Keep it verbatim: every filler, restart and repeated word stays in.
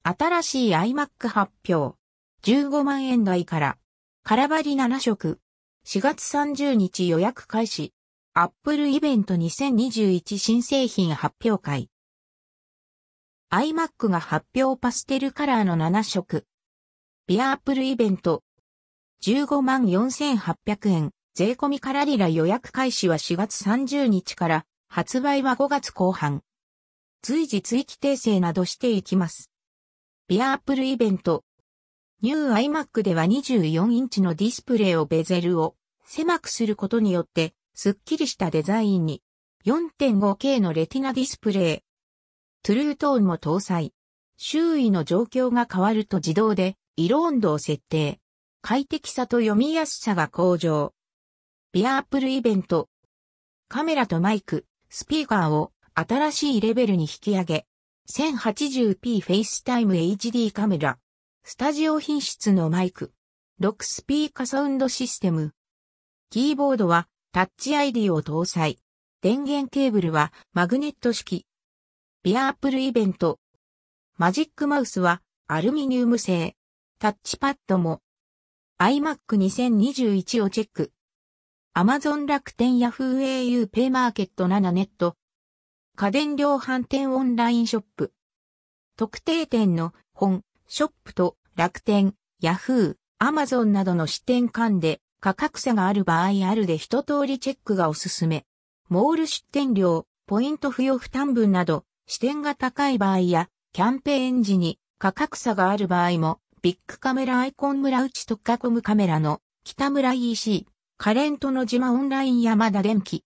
新しい iMac 発表。じゅうごまんえん台から。空張りなな色。しがつさんじゅうにち予約開始。Apple イベントにせんにじゅういち新製品発表会。iMac が発表パステルカラーのなな色。ビア Apple イベント。じゅうごまんよんせんはっぴゃくえん。税込みからリラ予約開始はしがつさんじゅうにちから。発売はごがつこう半。随時追記訂正などしていきます。ビア Apple イベント。ニュー iMac ではにじゅうよんインチのディスプレイをベゼルを狭くすることによってスッキリしたデザインに よんてんごケー のレティナディスプレイ。トゥルートーンも搭載。周囲の状況が変わると自動で色温度を設定。快適さと読みやすさが向上。ビア Apple イベント。カメラとマイク、スピーカーを新しいレベルに引き上げ。せんはちじゅうピー FaceTime エイチディー カメラ。スタジオ品質のマイク。ろくスピーカサウンドシステム。キーボードはタッチ アイディー を搭載。電源ケーブルはマグネット式。ビア Apple イベント。マジックマウスはアルミニウム製。タッチパッドも。iMac にせんにじゅういちをチェック。Amazon 楽天 Yahoo エーユー ペイマーケットななネット。家電量販店オンラインショップ。特定店の本、ショップと楽天、Yahoo、Amazon などの支店間で価格差がある場合あるで一通りチェックがおすすめ。モール出店料、ポイント付与負担分など、支店が高い場合や、キャンペーン時に価格差がある場合も、ビッグカメラアイコン村内特化コムカメラの北村 イーシー、カレントの島オンライン山田電機。